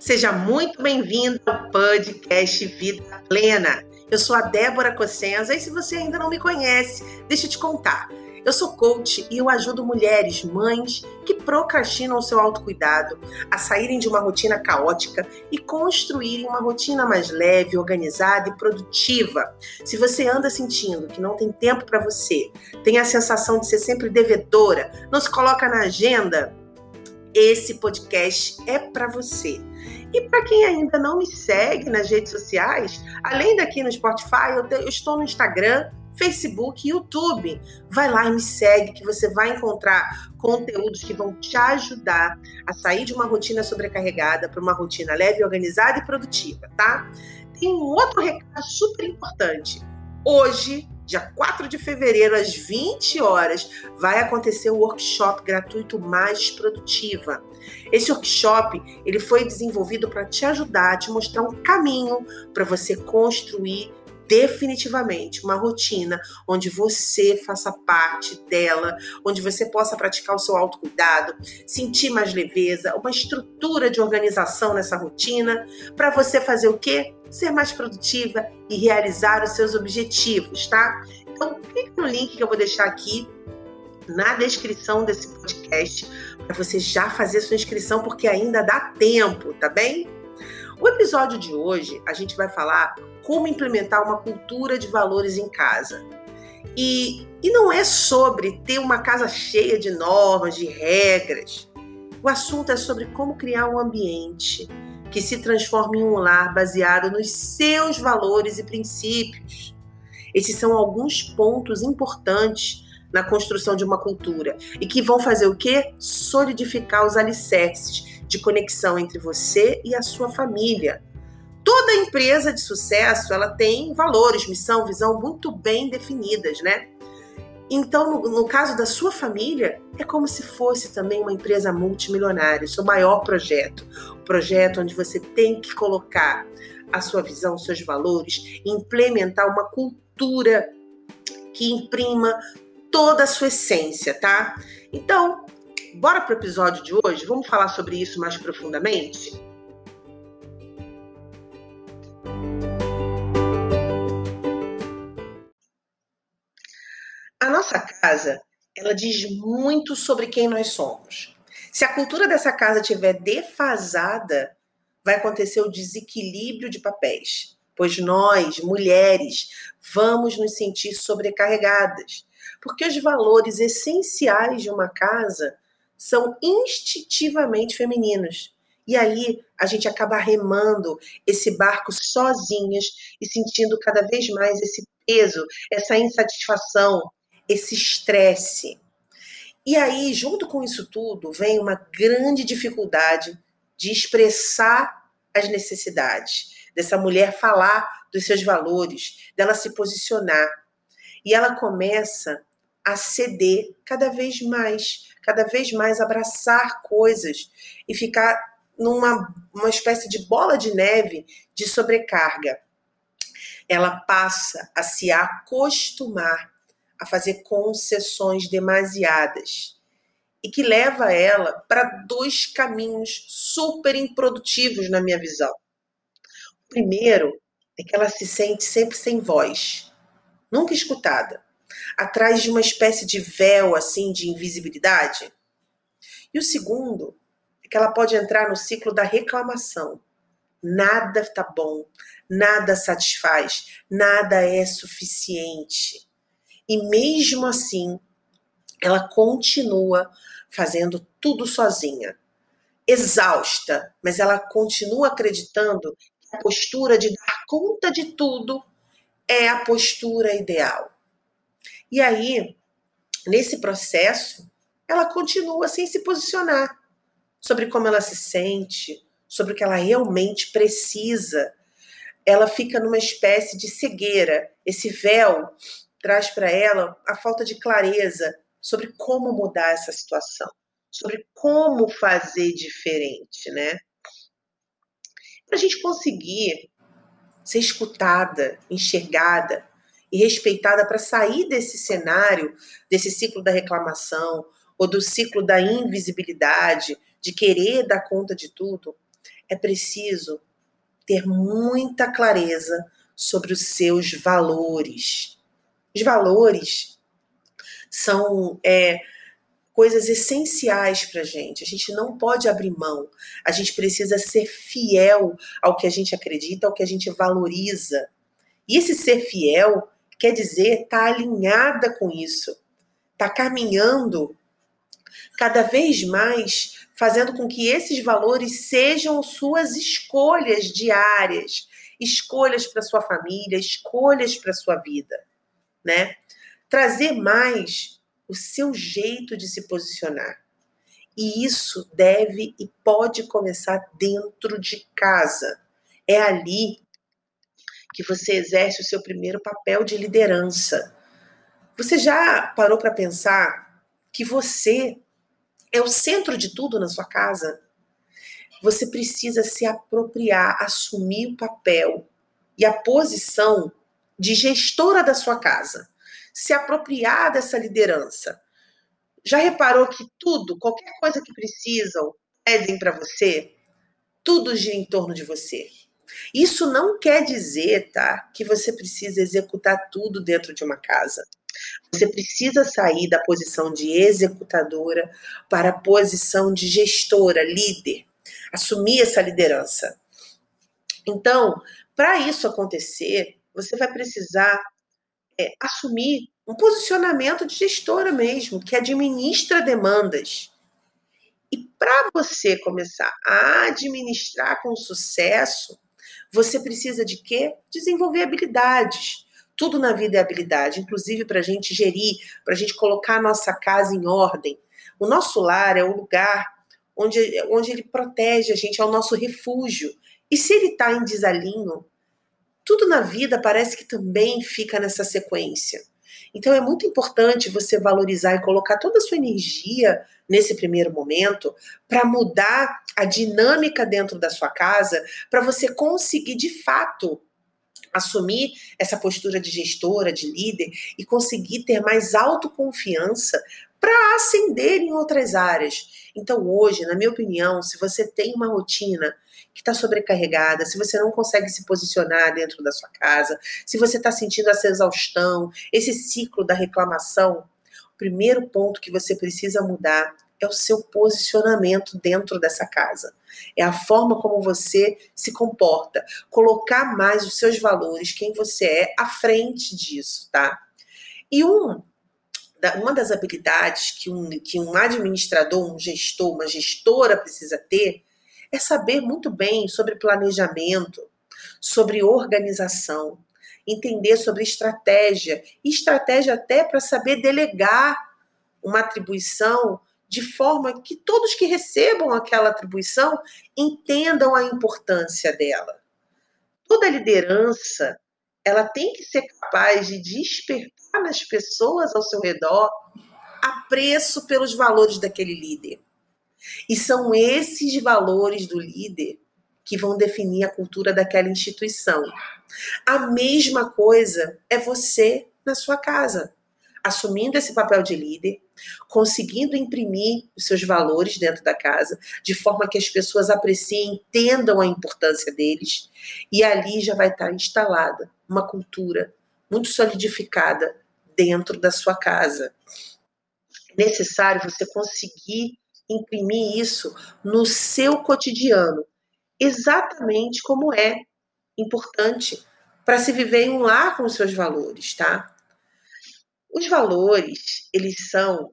Seja muito bem-vindo ao podcast Vida Plena. Eu sou a Débora Cossenza e se você ainda não me conhece, deixa eu te contar. Eu sou coach e eu ajudo mulheres, mães que procrastinam o seu autocuidado a saírem de uma rotina caótica e construírem uma rotina mais leve, organizada e produtiva. Se você anda sentindo que não tem tempo para você, tem a sensação de ser sempre devedora, não se coloca na agenda, esse podcast é para você. E para quem ainda não me segue nas redes sociais, além daqui no Spotify, eu estou no Instagram, Facebook e YouTube. Vai lá e me segue que você vai encontrar conteúdos que vão te ajudar a sair de uma rotina sobrecarregada para uma rotina leve, organizada e produtiva, tá? Tem um outro recado super importante. Hoje, dia 4 de fevereiro, às 20 horas, vai acontecer o workshop gratuito Mais Produtiva. Esse workshop, ele foi desenvolvido para te ajudar, a te mostrar um caminho para você construir definitivamente uma rotina onde você faça parte dela, onde você possa praticar o seu autocuidado, sentir mais leveza, uma estrutura de organização nessa rotina, para você fazer o quê? Ser mais produtiva e realizar os seus objetivos, tá? Então, clique no link que eu vou deixar aqui na descrição desse podcast para você já fazer sua inscrição, porque ainda dá tempo, tá bem? O episódio de hoje, a gente vai falar como implementar uma cultura de valores em casa. E não é sobre ter uma casa cheia de normas, de regras. O assunto é sobre como criar um ambiente que se transforme em um lar baseado nos seus valores e princípios. Esses são alguns pontos importantes na construção de uma cultura e que vão fazer o quê? Solidificar os alicerces de conexão entre você e a sua família. Toda empresa de sucesso, ela tem valores, missão, visão muito bem definidas, né? Então, no caso da sua família, é como se fosse também uma empresa multimilionária, o seu maior projeto. Um projeto onde você tem que colocar a sua visão, os seus valores, e implementar uma cultura que imprima toda a sua essência, tá? Então, bora pro episódio de hoje? Vamos falar sobre isso mais profundamente? A nossa casa, ela diz muito sobre quem nós somos. Se a cultura dessa casa estiver defasada, vai acontecer o desequilíbrio de papéis, pois nós, mulheres, vamos nos sentir sobrecarregadas, porque os valores essenciais de uma casa são instintivamente femininos. E aí a gente acaba remando esse barco sozinhas e sentindo cada vez mais esse peso, essa insatisfação, esse estresse. E aí, junto com isso tudo, vem uma grande dificuldade de expressar as necessidades, dessa mulher falar dos seus valores, dela se posicionar. E ela começa a ceder cada vez mais abraçar coisas e ficar numa espécie de bola de neve de sobrecarga. Ela passa a se acostumar a fazer concessões demasiadas e que leva ela para dois caminhos super improdutivos na minha visão. O primeiro é que ela se sente sempre sem voz, nunca escutada, atrás de uma espécie de véu assim de invisibilidade. E o segundo é que ela pode entrar no ciclo da reclamação. Nada está bom, nada satisfaz, nada é suficiente. E mesmo assim, ela continua fazendo tudo sozinha, exausta, mas ela continua acreditando que a postura de dar conta de tudo é a postura ideal. E aí, nesse processo, ela continua sem se posicionar sobre como ela se sente, sobre o que ela realmente precisa. Ela fica numa espécie de cegueira. Esse véu traz para ela a falta de clareza sobre como mudar essa situação, sobre como fazer diferente, né? Para a gente conseguir ser escutada, enxergada e respeitada para sair desse cenário, desse ciclo da reclamação ou do ciclo da invisibilidade, de querer dar conta de tudo, é preciso ter muita clareza sobre os seus valores. Os valores são coisas essenciais para a gente não pode abrir mão, a gente precisa ser fiel ao que a gente acredita, ao que a gente valoriza. E esse ser fiel quer dizer estar alinhada com isso, estar caminhando cada vez mais, fazendo com que esses valores sejam suas escolhas diárias, escolhas para sua família, escolhas para sua vida, né? Trazer mais o seu jeito de se posicionar. E isso deve e pode começar dentro de casa. É ali que você exerce o seu primeiro papel de liderança. Você já parou para pensar que você é o centro de tudo na sua casa? Você precisa se apropriar, assumir o papel e a posição de gestora da sua casa. Se apropriar dessa liderança. Já reparou que tudo, qualquer coisa que precisam, pedem para você? Tudo gira em torno de você. Isso não quer dizer, tá, que você precisa executar tudo dentro de uma casa. Você precisa sair da posição de executadora para a posição de gestora, líder. Assumir essa liderança. Então, para isso acontecer, você vai precisar assumir um posicionamento de gestora mesmo, que administra demandas. E para você começar a administrar com sucesso, você precisa de quê? Desenvolver habilidades. Tudo na vida é habilidade, inclusive para a gente gerir, para a gente colocar a nossa casa em ordem. O nosso lar é o lugar onde ele protege a gente, é o nosso refúgio. E se ele está em desalinho, tudo na vida parece que também fica nessa sequência. Então é muito importante você valorizar e colocar toda a sua energia nesse primeiro momento para mudar a dinâmica dentro da sua casa, para você conseguir de fato assumir essa postura de gestora, de líder e conseguir ter mais autoconfiança para ascender em outras áreas. Então hoje, na minha opinião, se você tem uma rotina que está sobrecarregada, se você não consegue se posicionar dentro da sua casa, se você está sentindo essa exaustão, esse ciclo da reclamação, o primeiro ponto que você precisa mudar é o seu posicionamento dentro dessa casa. É a forma como você se comporta. Colocar mais os seus valores, quem você é, à frente disso, tá? E uma das habilidades que um administrador, um gestor, uma gestora precisa ter é saber muito bem sobre planejamento, sobre organização, entender sobre estratégia, e estratégia até para saber delegar uma atribuição de forma que todos que recebam aquela atribuição entendam a importância dela. Toda liderança, ela tem que ser capaz de despertar nas pessoas ao seu redor apreço pelos valores daquele líder. E são esses valores do líder que vão definir a cultura daquela instituição. A mesma coisa é você na sua casa, assumindo esse papel de líder, conseguindo imprimir os seus valores dentro da casa, de forma que as pessoas apreciem, entendam a importância deles, e ali já vai estar instalada uma cultura muito solidificada dentro da sua casa. É necessário você conseguir imprimir isso no seu cotidiano, exatamente como é importante para se viver em um lar com os seus valores, tá? Os valores, eles são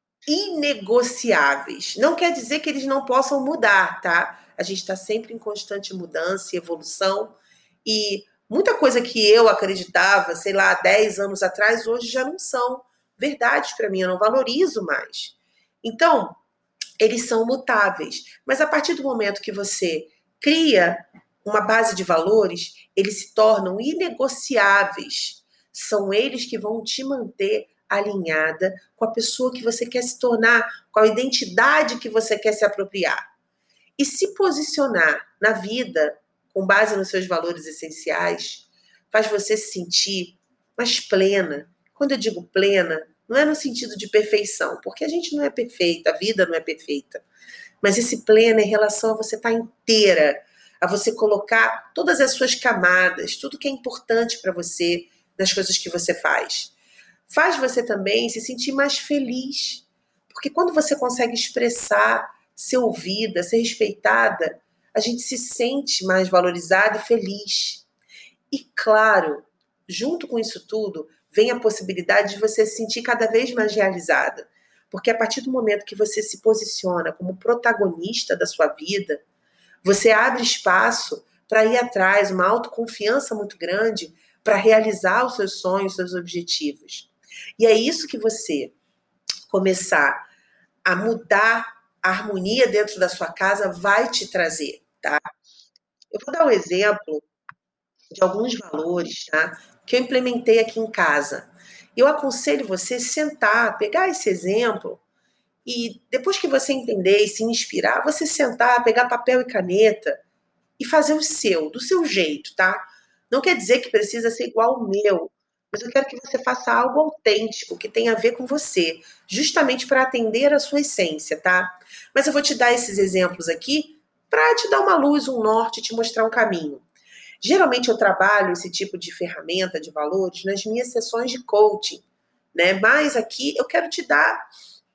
inegociáveis. Não quer dizer que eles não possam mudar, tá? A gente está sempre em constante mudança e evolução, e muita coisa que eu acreditava, sei lá, 10 anos atrás, hoje já não são verdades para mim, eu não valorizo mais. Então, eles são mutáveis, mas a partir do momento que você cria uma base de valores, eles se tornam inegociáveis. São eles que vão te manter alinhada com a pessoa que você quer se tornar, com a identidade que você quer se apropriar. E se posicionar na vida com base nos seus valores essenciais faz você se sentir mais plena. Quando eu digo plena, não é no sentido de perfeição, porque a gente não é perfeita, a vida não é perfeita. Mas esse pleno é em relação a você estar inteira, a você colocar todas as suas camadas, tudo que é importante para você nas coisas que você faz. Faz você também se sentir mais feliz, porque quando você consegue expressar, ser ouvida, ser respeitada, a gente se sente mais valorizada e feliz. E claro, junto com isso tudo, vem a possibilidade de você se sentir cada vez mais realizada. Porque a partir do momento que você se posiciona como protagonista da sua vida, você abre espaço para ir atrás, uma autoconfiança muito grande para realizar os seus sonhos, os seus objetivos. E é isso que você começar a mudar a harmonia dentro da sua casa vai te trazer, tá? Eu vou dar um exemplo de alguns valores, tá? Que eu implementei aqui em casa. Eu aconselho você a sentar, pegar esse exemplo e depois que você entender e se inspirar, você sentar, pegar papel e caneta e fazer o seu, do seu jeito, tá? Não quer dizer que precisa ser igual ao meu, mas eu quero que você faça algo autêntico, que tenha a ver com você, justamente para atender a sua essência, tá? Mas eu vou te dar esses exemplos aqui para te dar uma luz, um norte, te mostrar um caminho. Geralmente eu trabalho esse tipo de ferramenta de valores nas minhas sessões de coaching, né? Mas aqui eu quero te dar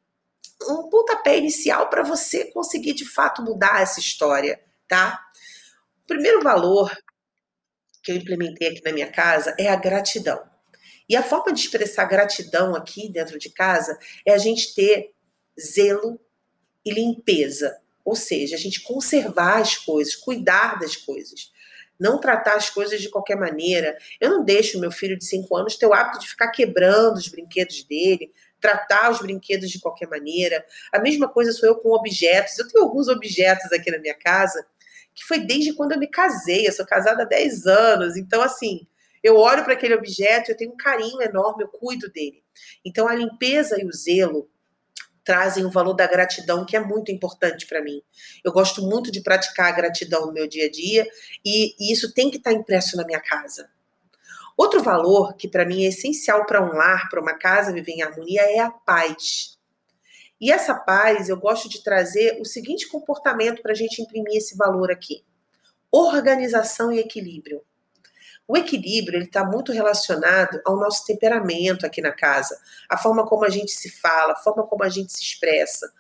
um pontapé inicial para você conseguir de fato mudar essa história, tá? O primeiro valor que eu implementei aqui na minha casa é a gratidão. E a forma de expressar gratidão aqui dentro de casa é a gente ter zelo e limpeza. Ou seja, a gente conservar as coisas, cuidar das coisas. Não tratar as coisas de qualquer maneira. Eu não deixo meu filho de 5 anos ter o hábito de ficar quebrando os brinquedos dele, tratar os brinquedos de qualquer maneira. A mesma coisa sou eu com objetos. Eu tenho alguns objetos aqui na minha casa que foi desde quando eu me casei. Eu sou casada há 10 anos. Então, assim, eu olho para aquele objeto, eu tenho um carinho enorme, eu cuido dele. Então, a limpeza e o zelo trazem o valor da gratidão, que é muito importante para mim. Eu gosto muito de praticar a gratidão no meu dia a dia e isso tem que estar impresso na minha casa. Outro valor que para mim é essencial para um lar, para uma casa viver em harmonia, é a paz. E essa paz, eu gosto de trazer o seguinte comportamento para a gente imprimir esse valor aqui: organização e equilíbrio. O equilíbrio ele está muito relacionado ao nosso temperamento aqui na casa, a forma como a gente se fala, a forma como a gente se expressa,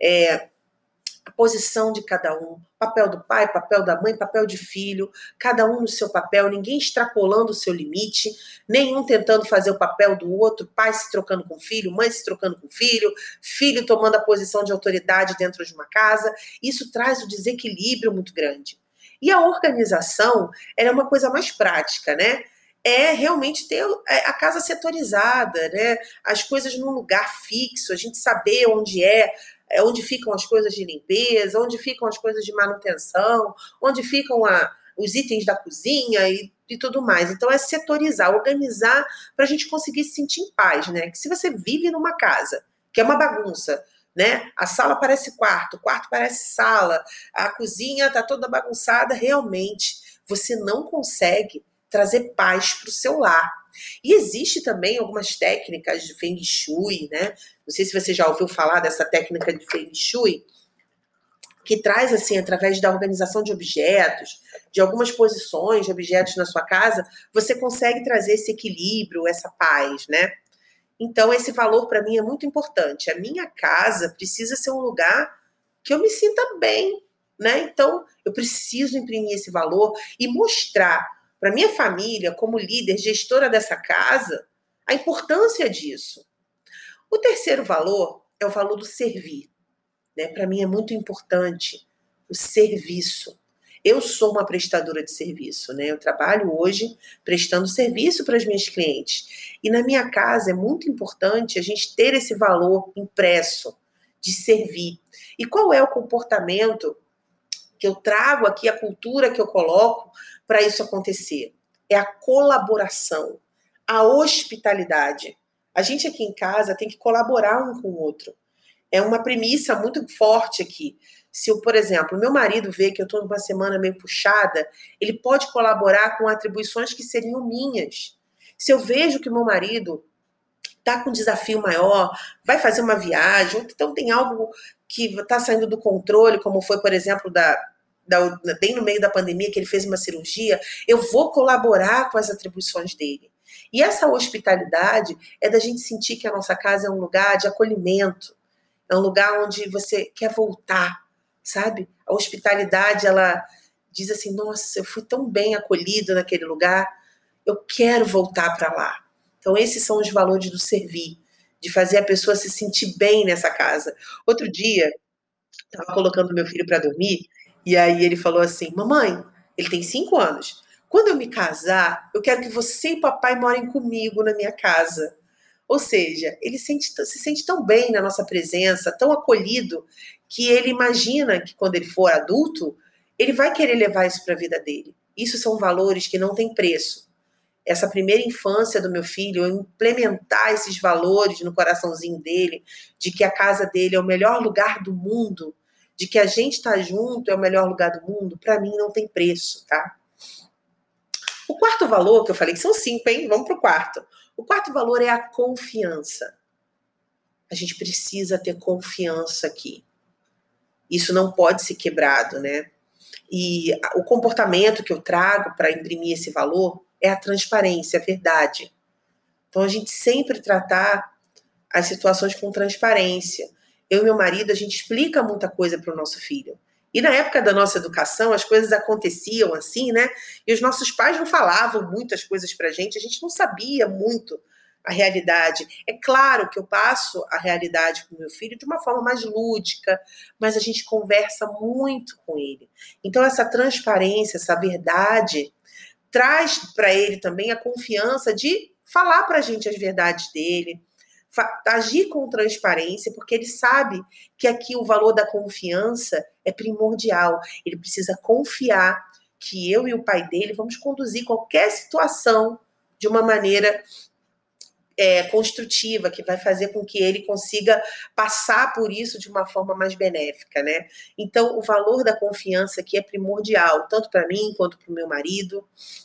a posição de cada um, papel do pai, papel da mãe, papel de filho, cada um no seu papel, ninguém extrapolando o seu limite, nenhum tentando fazer o papel do outro, pai se trocando com filho, mãe se trocando com filho, filho tomando a posição de autoridade dentro de uma casa. Isso traz um desequilíbrio muito grande. E a organização ela é uma coisa mais prática, né? É realmente ter a casa setorizada, né? As coisas num lugar fixo, a gente saber onde ficam as coisas de limpeza, onde ficam as coisas de manutenção, onde ficam os itens da cozinha e tudo mais. Então é setorizar, organizar para a gente conseguir se sentir em paz, né? Que se você vive numa casa que é uma bagunça, né? A sala parece quarto, o quarto parece sala, a cozinha está toda bagunçada, realmente você não consegue trazer paz para o seu lar. E existe também algumas técnicas de Feng Shui, né? Não sei se você já ouviu falar dessa técnica de Feng Shui, que traz, assim, através da organização de objetos, de algumas posições de objetos na sua casa, você consegue trazer esse equilíbrio, essa paz, né? Então, esse valor para mim é muito importante. A minha casa precisa ser um lugar que eu me sinta bem, né? Então, eu preciso imprimir esse valor e mostrar para minha família, como líder, gestora dessa casa, a importância disso. O terceiro valor é o valor do servir, né? Para mim é muito importante o serviço. Eu sou uma prestadora de serviço, né? Eu trabalho hoje prestando serviço para as minhas clientes. E na minha casa é muito importante a gente ter esse valor impresso de servir. E qual é o comportamento que eu trago aqui, a cultura que eu coloco para isso acontecer? É a colaboração, a hospitalidade. A gente aqui em casa tem que colaborar um com o outro. É uma premissa muito forte aqui. Se, por exemplo, meu marido vê que eu estou numa semana meio puxada, ele pode colaborar com atribuições que seriam minhas. Se eu vejo que o meu marido está com um desafio maior, vai fazer uma viagem, ou então tem algo que está saindo do controle, como foi, por exemplo, bem no meio da pandemia, que ele fez uma cirurgia, eu vou colaborar com as atribuições dele. E essa hospitalidade é da gente sentir que a nossa casa é um lugar de acolhimento, é um lugar onde você quer voltar, sabe? A hospitalidade, ela diz assim, nossa, eu fui tão bem acolhido naquele lugar, eu quero voltar para lá. Então, esses são os valores do servir, de fazer a pessoa se sentir bem nessa casa. Outro dia, estava colocando meu filho para dormir, e aí ele falou assim, mamãe, ele tem 5 anos, quando eu me casar, eu quero que você e papai morem comigo na minha casa. Ou seja, ele se sente tão bem na nossa presença, tão acolhido, que ele imagina que quando ele for adulto, ele vai querer levar isso para a vida dele. Isso são valores que não têm preço. Essa primeira infância do meu filho, eu implementar esses valores no coraçãozinho dele, de que a casa dele é o melhor lugar do mundo, de que a gente está junto é o melhor lugar do mundo, para mim não tem preço, tá? O quarto valor, que eu falei que são 5, hein? Vamos pro quarto. O quarto valor é a confiança. A gente precisa ter confiança aqui. Isso não pode ser quebrado, né? E o comportamento que eu trago para imprimir esse valor é a transparência, a verdade. Então, a gente sempre tratar as situações com transparência. Eu e meu marido, a gente explica muita coisa para o nosso filho. E na época da nossa educação, as coisas aconteciam assim, né? E os nossos pais não falavam muitas coisas pra gente, a gente não sabia muito a realidade. É claro que eu passo a realidade com meu filho de uma forma mais lúdica, mas a gente conversa muito com ele. Então, essa transparência, essa verdade, traz para ele também a confiança de falar pra gente as verdades dele, agir com transparência, porque ele sabe que aqui o valor da confiança é primordial. Ele precisa confiar que eu e o pai dele vamos conduzir qualquer situação de uma maneira construtiva, que vai fazer com que ele consiga passar por isso de uma forma mais benéfica, né? Então, o valor da confiança aqui é primordial, tanto para mim quanto para o meu marido.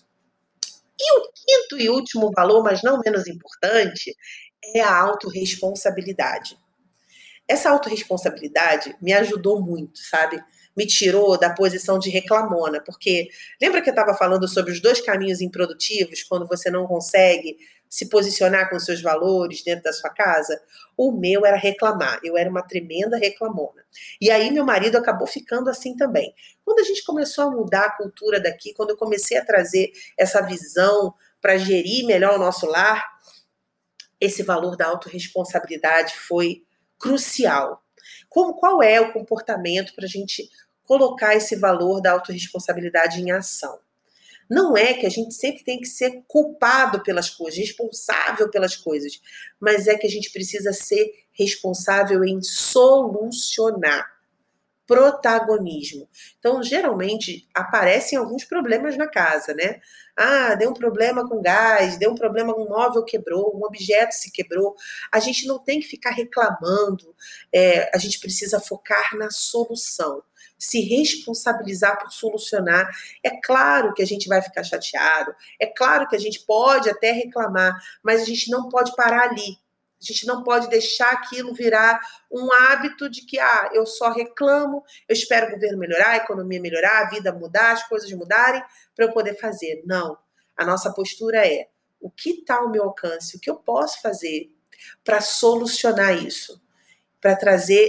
E o quinto e último valor, mas não menos importante, é a autorresponsabilidade. Essa autorresponsabilidade me ajudou muito, sabe? Me tirou da posição de reclamona, porque lembra que eu estava falando sobre os 2 caminhos improdutivos, quando você não consegue se posicionar com seus valores dentro da sua casa? O meu era reclamar, eu era uma tremenda reclamona. E aí meu marido acabou ficando assim também. Quando a gente começou a mudar a cultura daqui, quando eu comecei a trazer essa visão para gerir melhor o nosso lar, esse valor da autorresponsabilidade foi crucial. Qual é o comportamento para a gente colocar esse valor da autorresponsabilidade em ação? Não é que a gente sempre tem que ser culpado pelas coisas, responsável pelas coisas, mas é que a gente precisa ser responsável em solucionar. Protagonismo. Então, geralmente, aparecem alguns problemas na casa, né? Ah, deu um problema com gás, deu um problema, um móvel quebrou, um objeto se quebrou. A gente não tem que ficar reclamando, a gente precisa focar na solução, se responsabilizar por solucionar. É claro que a gente vai ficar chateado, é claro que a gente pode até reclamar, mas a gente não pode parar ali. A gente não pode deixar aquilo virar um hábito de que eu só reclamo, eu espero o governo melhorar, a economia melhorar, a vida mudar, as coisas mudarem para eu poder fazer. Não. A nossa postura é: o que está ao meu alcance? O que eu posso fazer para solucionar isso? Para trazer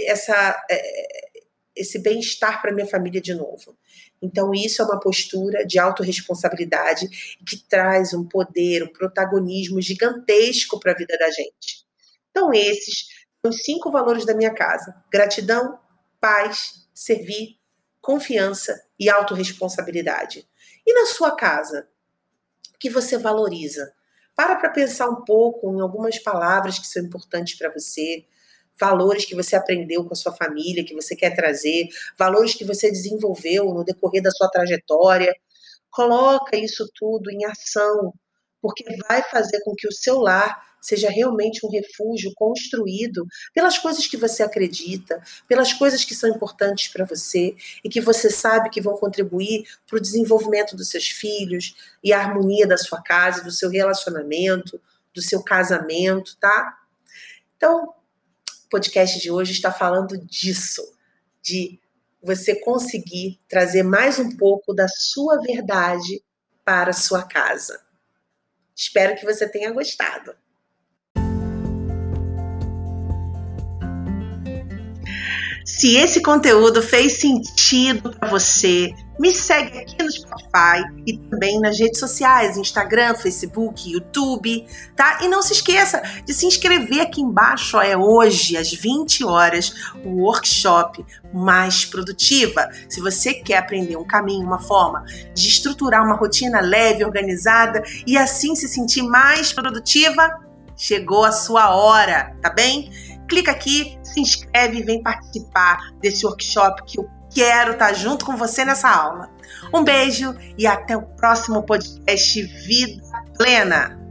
esse bem-estar para minha família de novo. Então, isso é uma postura de autorresponsabilidade que traz um poder, um protagonismo gigantesco para a vida da gente. Então, esses são os 5 valores da minha casa: gratidão, paz, servir, confiança e autorresponsabilidade. E na sua casa, o que você valoriza? Para pensar um pouco em algumas palavras que são importantes para você, valores que você aprendeu com a sua família, que você quer trazer, valores que você desenvolveu no decorrer da sua trajetória. Coloca isso tudo em ação, porque vai fazer com que o seu lar seja realmente um refúgio construído pelas coisas que você acredita, pelas coisas que são importantes para você e que você sabe que vão contribuir para o desenvolvimento dos seus filhos e a harmonia da sua casa, do seu relacionamento, do seu casamento, tá? Então, o podcast de hoje está falando disso, de você conseguir trazer mais um pouco da sua verdade para a sua casa. Espero que você tenha gostado. Se esse conteúdo fez sentido para você, me segue aqui no Spotify e também nas redes sociais, Instagram, Facebook, YouTube, tá? E não se esqueça de se inscrever aqui embaixo, é hoje, às 20 horas, o workshop Mais Produtiva. Se você quer aprender um caminho, uma forma de estruturar uma rotina leve, organizada e assim se sentir mais produtiva, chegou a sua hora, tá bem? Clica aqui, se inscreve e vem participar desse workshop que eu quero estar junto com você nessa aula. Um beijo e até o próximo podcast Vida Plena!